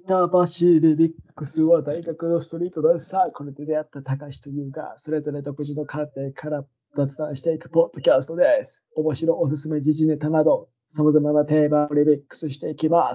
板橋リミックスは大学のストリートダンスサークルで出会った高橋というが、それぞれ独自の観点から雑談していくポッドキャストです。面白おすすめ時事ネタなど、様々なテーマをリミックスしていきます。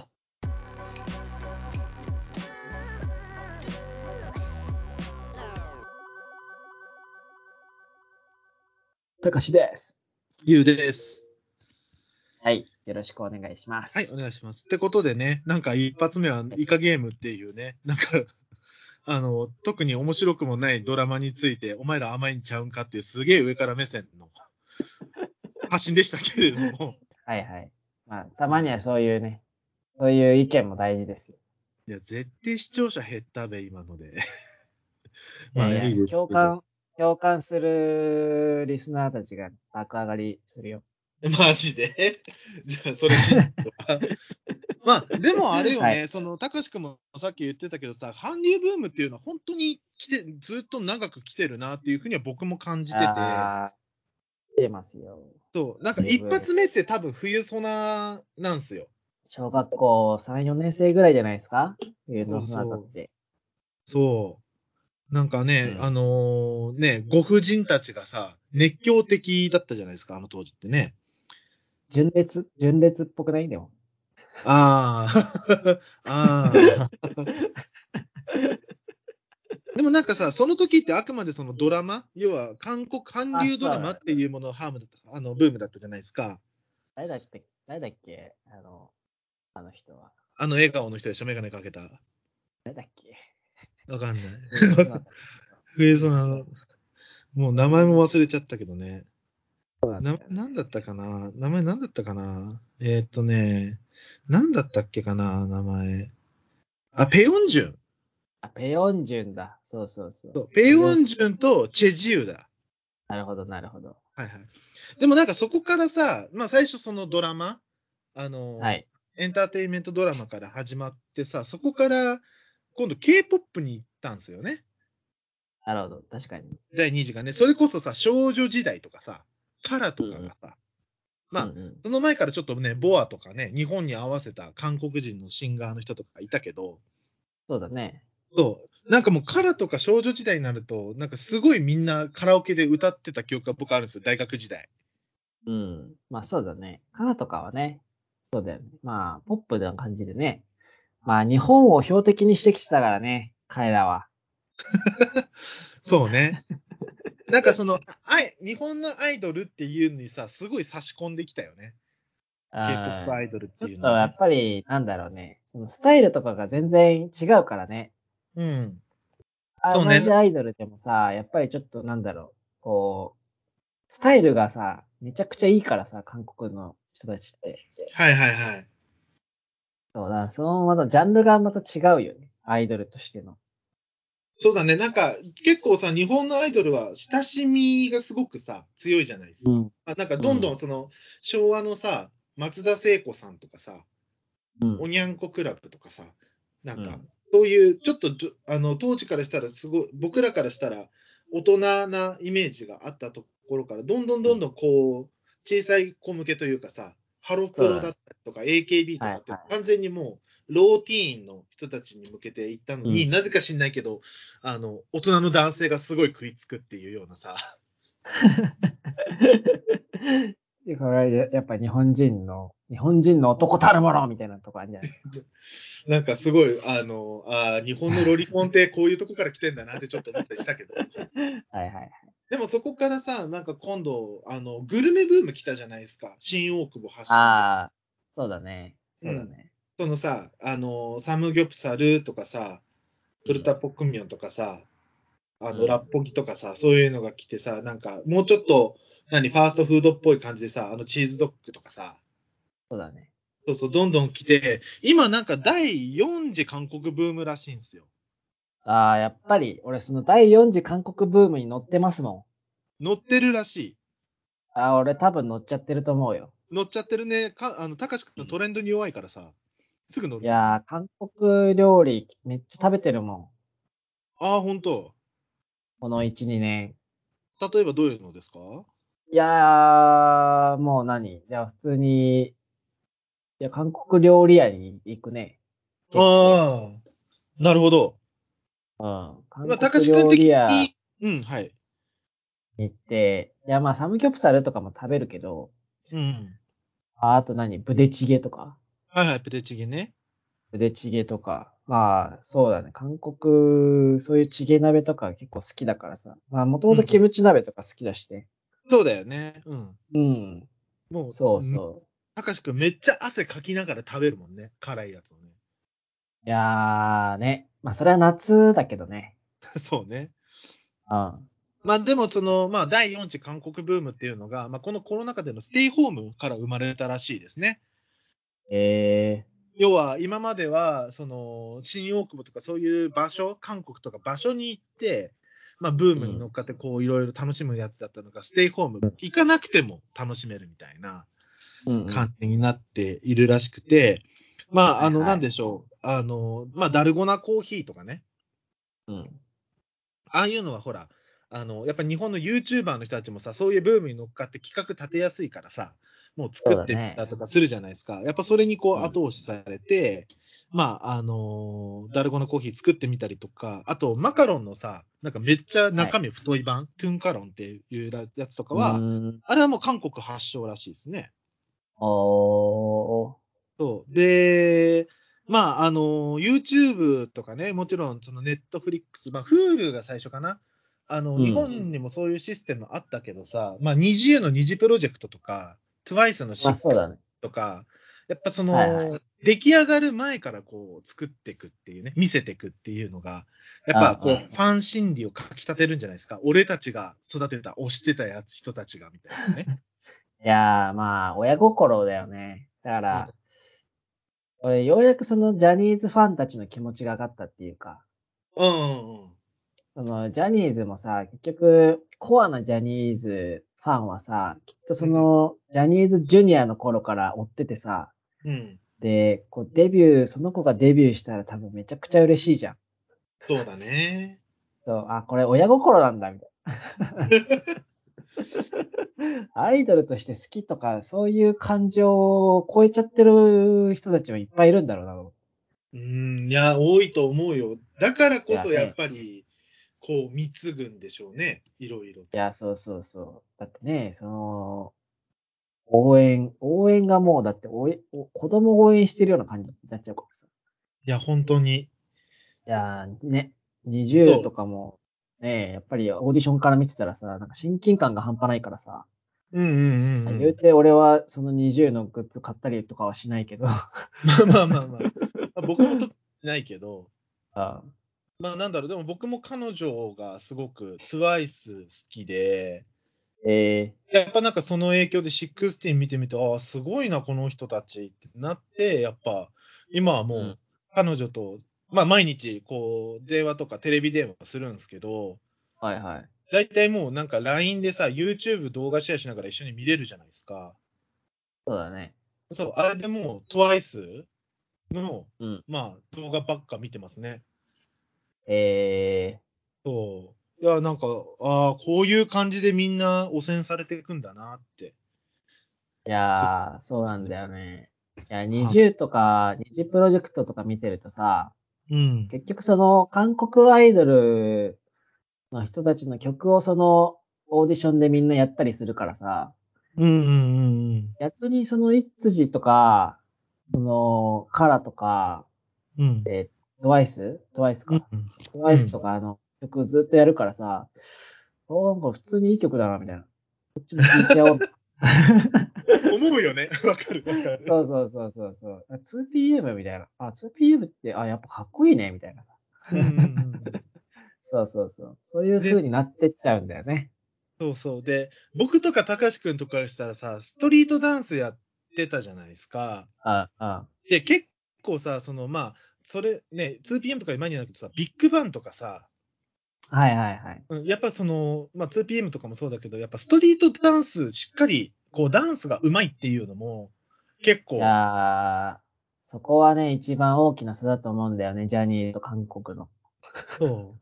高橋です。 ゆうです。 はい。よろしくお願いします。 はい、お願いします。ってことでね、なんか一発目はイカゲームっていうね、なんか、特に面白くもないドラマについて、お前ら甘いんちゃうんかっていうすげえ上から目線の発信でしたけれども。 はいはい。まあ、たまにはそういうね、そういう意見も大事ですよ。 いや、絶対視聴者減ったべ、今ので。 いやいや、 まあいいですけど。 共感するリスナーたちが爆上がりするよ。 マジでじゃあ、それ信じるわ。まあ、でもあれよね、 はい。 たかしくんもさっき言ってたけどさ、韓流ブームっていうのは本当にずっと長く来てるなっていうふうには僕も感じてて、 あー、出ますよ。 そう、なんか一発目って多分冬ソナなんすよ。 小学校3、4年生ぐらいじゃないですか？冬そのそなたっうそう。 て。 そう。なんかね、 うん。 ご婦人たちがさ、熱狂的だったじゃないですか、あの当時ってね。 純烈っぽくないんだよ。 ああ、ああ。でもなんかさ、その時ってあくまでそのドラマ、要は韓あ、 流ドラマそう。 っていうものをブームだったじゃないですか。 誰だっけあの人は。 あの笑顔の人でしょ、メガネかけた。 誰だっけ？ わかんない。 冬のそなた。 冬ソナ冬のそなた。 もう名前も忘れちゃったけどね。 そうなんだよね。 なんだったかな名前なんだったかななんだったっけかな名前。あ、ペヨンジュン。 あ、ペヨンジュンだ。そうそうそう。 ペペヨン、 ヨンジュンとチェジウだ。 なるほど、なるほど。 はいはい。でもなんかそこからさ、まあ最初そのドラマ、あの、 はい。 エンターテインメントドラマから始まってさ、そこから今度 K-POP に行ったんですよね。 なるほど。確かに。 第2次がね。それこそさ、少女時代とかさ、カラとうんうん。 かがさ、まあ、 うんうん。 その前からちょっとね、ボアとかね、日本に合わせた韓国人のシンガーの人とかいたけど、 そうだね。 そう。なんかもうカラとか少女時代になると、なんかすごいみんなカラオケで歌ってた記憶が僕あるんですよ、大学時代。 うん。まあそうだね。カナとかはね、そうだよね。まあ、ポップな感じでね。まあ、日本を標的にしてきてたからね、彼らは。 そうね。なんか日本のアイドルっていうのにさ、すごい差し込んできたよね。 う K-POP アん。 イドルってちょっとやっいうのはね。 ぱり、なんだろうね。そのスタイルとかが全然違うからね。 うん。 あ、 そうね。 同じアイドルでもさ、やっぱりちょっとなんだろう。こう、スタイルがさ、めちゃくちゃいいからさ、韓国の人たちって。 はいはいはい。 そうだ、そのまたジャンルがまた違うよね。アイドルとしての。 そうだね。なんか、結構さ、日本のアイドルは親しみがすごくさ、強いじゃないですか。 うん。 なんか、どんどうん。 ん昭和のさ、松田聖子さんとかさ、 うん。 おにゃんこクラブとかさ、なんか、 うん。 そういう、ちょっと当時からしたらすごい、僕らからしたら、大人なイメージがあったところから、どんどんうん。 どんどんこう、小さい子向けというかさ、ハロプロだっそうだね。 たりとか、AKB とかってはいはい。 完全にもう、ローティーンの人たちに向けて行ったのに、 うん。 なぜか知んないけど、大人の男性がすごい食いつくっていうようなさ、 で、これ、やっぱ日本人の男たるものみたいなとこあるんじゃない？ なんかすごい、日本のロリコンってこういうとこから来てんだなってちょっと思ったりしたけど、 はいはい。 でもそこからさ、なんか今度、グルメブーム来たじゃないですか。新大久保発信で。 ああ、そうだね。 うん。 そうだね。 そのさ、サムギョプサルとかさ、 うん。 プルタポックミョンとかさ、 うん。 ラッポギとかさ、そういうのが来てさ、なんかもうちょっと、ファーストフードっぽい感じでさ、チーズドッグとかさ、 そうだね。 そうそう、どんどん来て、今なんか第4次韓国ブームらしいんですよ。 ああ、やっぱり、俺その第4次韓国ブームに乗ってますも乗ってるらしい。 ん。ああ、俺多分乗っちゃってると思うよ。 乗っちゃってるね。たかしくんうん。 のトレンドに弱いからさ、すぐ乗るからね。 いやー、韓国料理めっちゃ食べてるもん。 ああ、本当。 この1、2年。 例えばどういうのですか？ いやー、もういや、普通に、いや、韓国料理屋に行くね。結構。 ああ。 なるほど。 うん。韓まあ、高志くん国料理的屋に、うん、はい。 行って、いや、まあ、サムギョプサルとかも食べるけど、 うん。 あとブデチゲとかはいはい、プデチゲね。 ブデチゲとか、まあ、そうだね。韓国、そういうチゲ鍋とか結構好きだからさ。まあ、もともとキうんうん。 ムチ鍋とか好きだしね。 そうだよね。うん。 うん。 もう、 そうそ高志くんめっちゃ汗かきながら食べるもんね。辛いやつをね。 う。いやーね。まあ、それは夏だけどね。 そうね。 うん。 まあでもまあ第4次韓国ブームっていうのが、まあこのコロナ禍でのステイホームから生まれたらしいですね。 え要は今までは、新大久保とかそういう場所、韓国とか場所に行って、まあブームに乗っかってこういろいろ楽しむやつだったのが、ステイホーム、行かなくても楽しめるみたいなうんうん。 感じになっているらしくて、まあなんはいはい。 でしょう。まあダルゴナコーヒーとかね。 うん。 ああいうのはほら、やっぱ日本の YouTuber の人たちもさ、そういうブームに乗っかって企画立てやすいからさ、もう作ってみそうだね。 たとかするじゃないですか。やっぱそれにこううん。 後押しされて、まあ、ダルゴのコーヒー作ってみたりとか、あとマカロンのさ、なんかめっちゃはい。 中身太い版、トゥンカロンっていうやつとかうーは、 ん。 あれはもう韓国発祥らしいですね。 おー。 そう。で、まあ、YouTube とかね、もちろん、その Netflix、まあ、Hulu が最初かな。日うん。 本にもそういうシステムあったけどさ、まあ、二次への二次プロジェクトとか、TWICE のまあそう 6 だね。 とか、やっぱはいはい。 出来上がる前からこう、作っていくっていうね、見せていくっていうのが、やっぱこう、フうんうん。 ァン心理をかき立てるんじゃないですか。俺たちが育てた、推してた人たちが、みたいなね。 いやー、まあ、親心だよね。だかうん。 ら、俺、ようやくそのジャニーズファンたちの気持ちが上がったっていうか、 うんうんうん。 そのジャニーズもさ、結局、コアなジャニーズファンはさ、きっとそうんの、ジャニーズジュニアの頃から追っててさ、 うん。 で、こうデビュー、その子がデビューしたら多分めちゃくちゃ嬉しいじゃん。 そうだね。 そう、あ、これ親心なんだ、みたいな。アイドルとして好きとか、そういう感情を超えちゃってる人たちもいっぱいいるんだろうな。 いや、多いと思うよ。だからこそやっいやね、 ぱり、こう、貢ぐんでしょうね。いろいろと。 いや、そうそうそう。だってね、その、応援がもう、だって子供を応援してるような感じになっちゃうからさ。 いや、本当に。 いやー、ね、20 そとかも、ね、やっぱりオーディションから見てたらさ、なんか親近感が半端ないからさ、 う。うんうんうんうん。 言うて俺はその20のグッズ買ったりとかはしないけど、 まあまあまあまあ。まあ僕も特にないけど、 あまあなんだろう、でも僕も彼女がすごく TWICE 好きで、 えやっぱなんかその影響で16見てみて、ああ、すごいな、この人たちってなって、やっぱ今はうん。 もう彼女と、まあ毎日こう電話とかテレビ電話するんですけど、 はいはい。 大体もうなんか LINE でさ、YouTube 動画シェアしながら一緒に見れるじゃないですか。 そうだね。 そう、あれでもう TWICE の、 うん。 まあ動画ばっか見てますね。 えそう。いや、なんか、ああ、こういう感じでみんな汚染されていくんだなって。 いそうやー、そうですね。 なんだよね。いや、 は 20とか、二次プロジェクトとか見てるとさ、 い。うん。 結局その韓国アイドルの人たちの曲をそのオーディションでみんなやったりするからさ、 うんうんうんうん。 逆にそのイッツジとか、そのカラとか、 うん。 トワイストワイスうん。 か。トワイスうん。 とか曲ずっとやるからさ、なんか普通にいい曲だな、みたいな。こっちも聴いちゃおう。 思うよね。わかるわかる。 そうそうそうそうそう。2PM みたいな。あ、2PM って、あ、やっぱかっこいいね、みたいな。 うんうんうんそうそうそう。そういううん。で、 風になってっちゃうんだよね。 そうそう。で、僕とか高橋くんとかしたらさ、ストリートダンスやってたじゃないですか。 あ、あ、 で、結構さ、まあ、それね、2PM とか前になるけどさ、ビッグバンとかさ、 はいはいはい。 やっぱまあ 2PM とかもそうだけど、やっぱストリートダンスしっかり、こうダンスが上手いっていうのも、結い構、 やー、そこはね、一番大きな差だと思うんだよね、ジャニーと韓国の。 そう。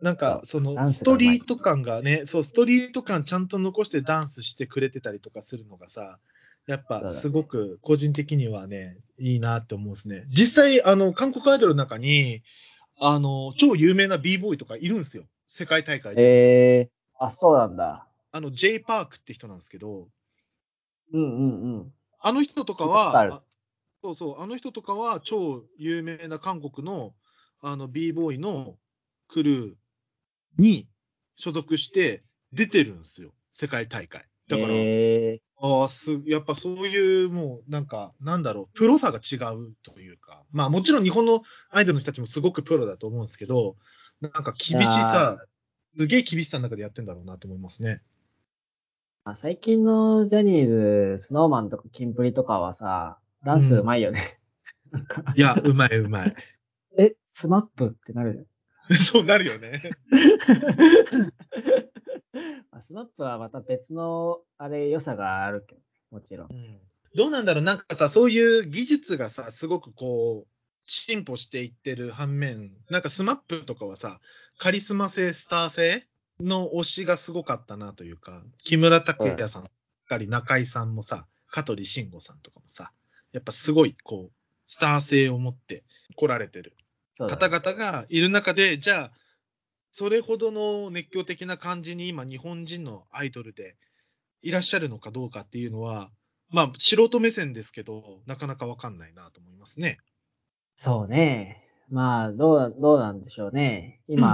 なんか、 そう。ダンススが上手い。 トリート感がね、そう、ストリート感ちゃんと残してダンスしてくれてたりとかするのがさ、 やっぱすそうだね。 ごく個人的にはね、いいなって思うんですね。実際、韓国アイドルの中に、超有名な b ボーイとかいるんですよ。世界大会出てた。 あ、そうなんだ。 J パークって人なんですけど、 うんうんうん。 あの人とか聞いたことあは、 る。 そうそう、あの人とかは超有名な韓国のb ボーイのクルーに所属して出てるんですよ。世界大会。だから、 えやっぱそういうもうなんか、なんだろう、プロさが違うというか、まあもちろん日本のアイドルの人たちもすごくプロだと思うんですけど、なんかいやすげえ厳しさの中でやってんだろうなと思いますね。 最近のジャニーズ、スノーマンとかキンプリとかはさ、ダンスううん。 まいよね。なんかいや、うまいうまい。 スマップってなるそうなるよね。 スマップはまた別の、あれ、良さがあるけど、もちろん。 うん。どうなんだろう、なんかさ、そういう技術がさ、すごくこう、進歩していってる反面、なんかスマップとかはさ、カリスマ性、スター性の推しがすごかったなというか、木村拓哉さん、中井さんもさ、香取慎吾さんとかもさ、やっぱすごい、こう、スター性を持って来られてる方そうだね。 々がいる中で、じゃあ、それほどの熱狂的な感じに今、日本人のアイドルでいらっしゃるのかどうかっていうのは、まあ、素人目線ですけど、なかなかわかんないなと思いますね。 そうね。まあ、どうなんでしょうね。今、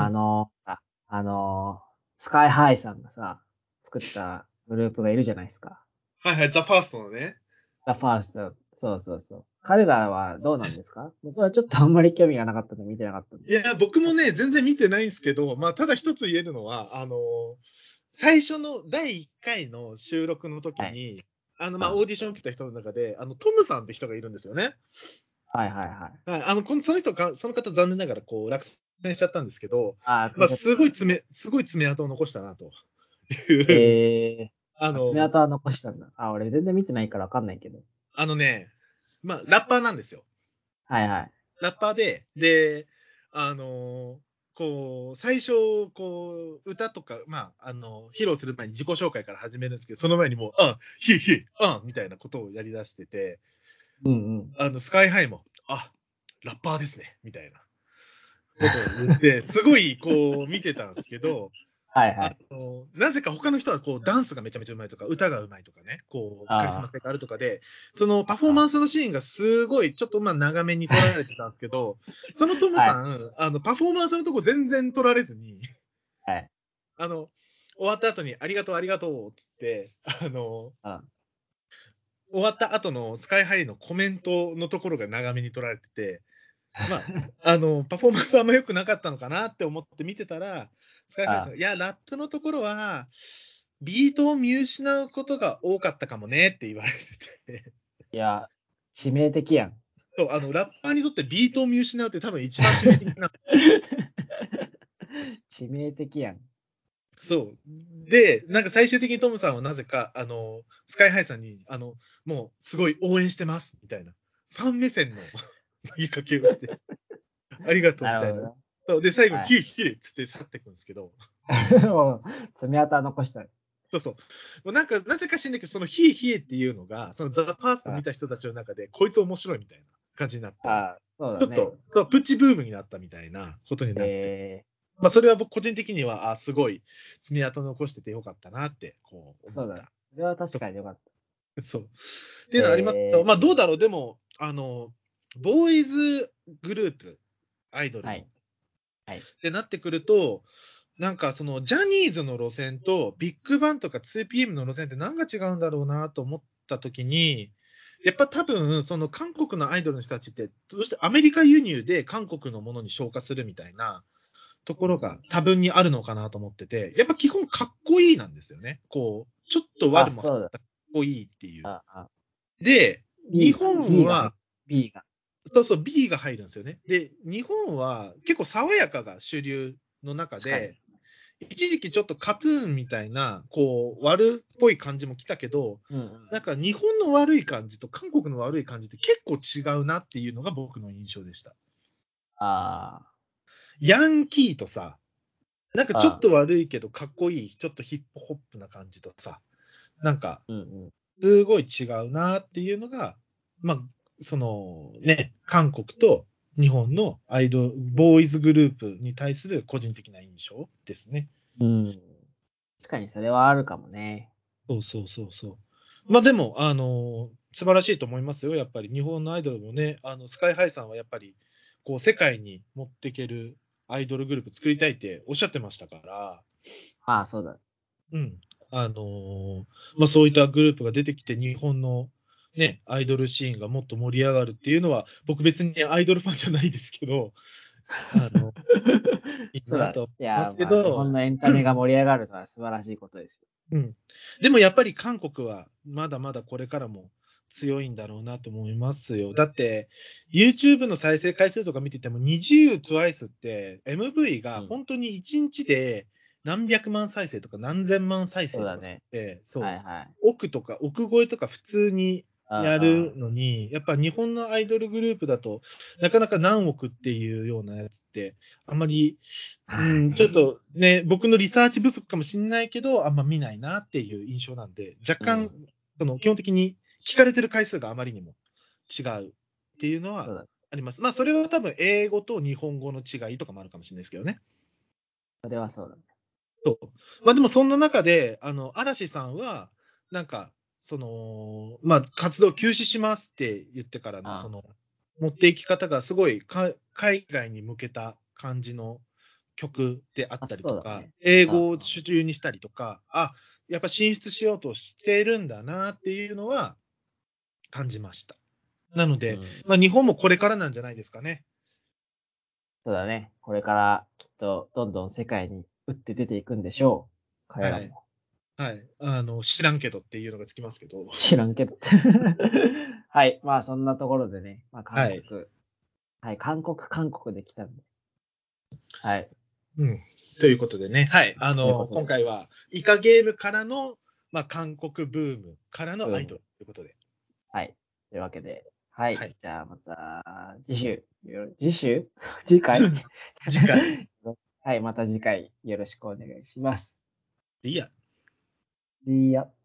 スカイハイさんがさ、作ったグループがいるじゃないですか。 はいはい、ザ・ファーストのね。 ザ・ファースト。そうそうそう。彼らはどうなんですか？僕はちょっとあんまり興味がなかったんで見てなかったんで。 いや、僕もね、全然見てないんですけど、まあ、ただ一つ言えるのは、最初の第1回の収録の時はい。 に、まあ、 うん。 オーディションを受けた人の中で、トムさんって人がいるんですよね。 はいはいはい。 はい、その人が、その方残念ながら、こう、落選しちゃったんですけど、 くまあ、 れちゃった。 すごい爪痕を残したな、という、 えあの、 爪痕は残したんだ。俺全然見てないからわかんないけど。 あのね、まあ、ラッパーなんですよ。 はいはい。 ラッパーで、あの最初、歌とか、まあ、披露する前に自己紹介から始めるんですけど、その前にもう、ヒーヒー、みたいなことをやり出してて、 うんうん。 スカイハイも、ラッパーですね、みたいなことを言って、すごい、見てたんですけど、 はいはい。 なぜか他の人はダンスがめちゃめちゃうまいとか、歌がうまいとかね、カリスマあ性があるとかで、そのパフォーマンスのシーンがすごい、ちょっとまあ長めに撮られてたんですけど、そのトムはい。 さん、パフォーマンスのとこ全然撮られずに、 はい。 あの、終わった後にありがとうありがとうっつって、 うん。 終わった後のスカイハイのコメントのところが長めに撮られてて、まあ、パフォーマンスあんま良くなかったのかなって思って見てたら、スカイハイさんが、いや、ラップのところは、ビートを見失うことが多かったかもねって言われてて、 いや、致命的やん。 そう、ラッパーにとってビートを見失うって多分一番致命的な。 致命的やん。 そう。で、なんか最終的にトムさんはなぜか、スカイハイさんに、もうすごい応援してます、みたいな。ファン目線の投げかけをして、ありがとう、みたいな。 なるほどね。 そうで、最後に、 はい。 ヒーヒーっつって去っていくんですけど、 もう、爪痕は残した。 そうそう。もうなんか、なぜか知んないけど、そのヒーヒーっていうのが、そのザ・ファースト見た人たちの中で、こいつ面白いみたいな感じになって、 そうだね。 ちょっと、そう、プチブームになったみたいなことになって。 えまあ、それは僕個人的には、すごい爪痕残しててよかったなって、思そうだね。 った。 それは確かによかっそう。っていた。 うのはありますけど、まあ、どうだろう。でも、ボーイズグループ、アイドルの、 はい。 っはい。 てなってくると、なんかそのジャニーズの路線とビッグバンとか 2PM の路線って何が違うんだろうなと思った時に、やっぱ多分その韓国のアイドルの人たちってどうしてアメリカ輸入で韓国のものに昇華するみたいなところが多分にあるのかなと思ってて、やっぱ基本かっこいいなんですよね。ちょっと悪もそうだ。 かっこいいっていう。 あ、あ、 で、日 B が入っ本は、 B が。 そうそう B が入るんですよね。で、日本は結構爽やかが主流の中確かに。 で、一時期ちょっとカトゥーンみたいな、悪っぽい感じも来たけど、 うんうん。 なんか日本の悪い感じと韓国の悪い感じって結構違うなっていうのが僕の印象でした。 あヤンキーとさ、なんかちょっあ、 と悪いけどかっこいい、ちょっとヒップホップな感じとさ、なんか、 うんうん。 すごい違うなっていうのが、まあ、そのね、韓国と日本のボーイズグループに対する個人的な印象ですね。 うん。確かにそれはあるかもね。 そうそうそうそう。まあでも、素晴らしいと思いますよ。やっぱり日本のアイドルもね、スカイハイさんはやっぱり、こう、世界に持っていけるアイドルグループ作りたいっておっしゃってましたから、 ああ、そうだ。 うん。まあそういったグループが出てきて日本のね、アイドルシーンがもっと盛り上がるっていうのは、僕別にアイドルファンじゃないですけど、あの、いいそうだね。 なと思いいや、 ますけまあ、日ど、 本のエンタメが盛り上がるのは素晴らしいことですよ。 うん。でもやっぱり韓国はまだまだこれからも強いんだろうなと思いますよ。だって、YouTube の再生回数とか見てても、20 TWICE って MV がうん。 本当に1日で何百万再生とか何千万再生とかされそうだね。 て、そう、 はいはい。 億とか億超えとか普通にうんやるうん。 のに、やっぱ日本のアイドルグループだと、なかなか何億っていうようなやつって、あんまりまあうん、ちょっね。 とね、僕のリサーチ不足かもしれないけど、あんま見ないなっていう印象なんで、若干、 うん。 基本的に聞かれてる回数があまりにも違うっていうのはそうだ。 あります。まあ、それは多分英語と日本語の違いとかもあるかもしれないですけどね。 それはそうだ。 そう。まあでもそんな中で、嵐さんは、なんか、まあ、活動休止しますって言ってからの、 あ持っていき方がすごい海外に向けた感じの曲であっあ、 たりとか、 そうだね。 英うん語を主流にしたりとか、あ、やっぱ進出しようとしてるんだなっていうのは感じました。なので、 うん。 まあ日本もこれからなんじゃないですかね。 そうだね。これからきっとどんどん世界に打って出ていくんでしょう。彼はい。 らも。 はい。知らんけどっていうのがつきますけど。 知らんけど。はい。まあそんなところでね。まあ韓はい。 国。はい。韓国で来たんで。はい。 うん。ということでね、はい。 ということで。 今回は、イカゲームからの、まあ、韓国ブームからのアイドルということで。 はい。というわけで。はい。 はい。 じゃあまた、次週次回次回。 はい。また次回よろしくお願いします。 いいや。 いや。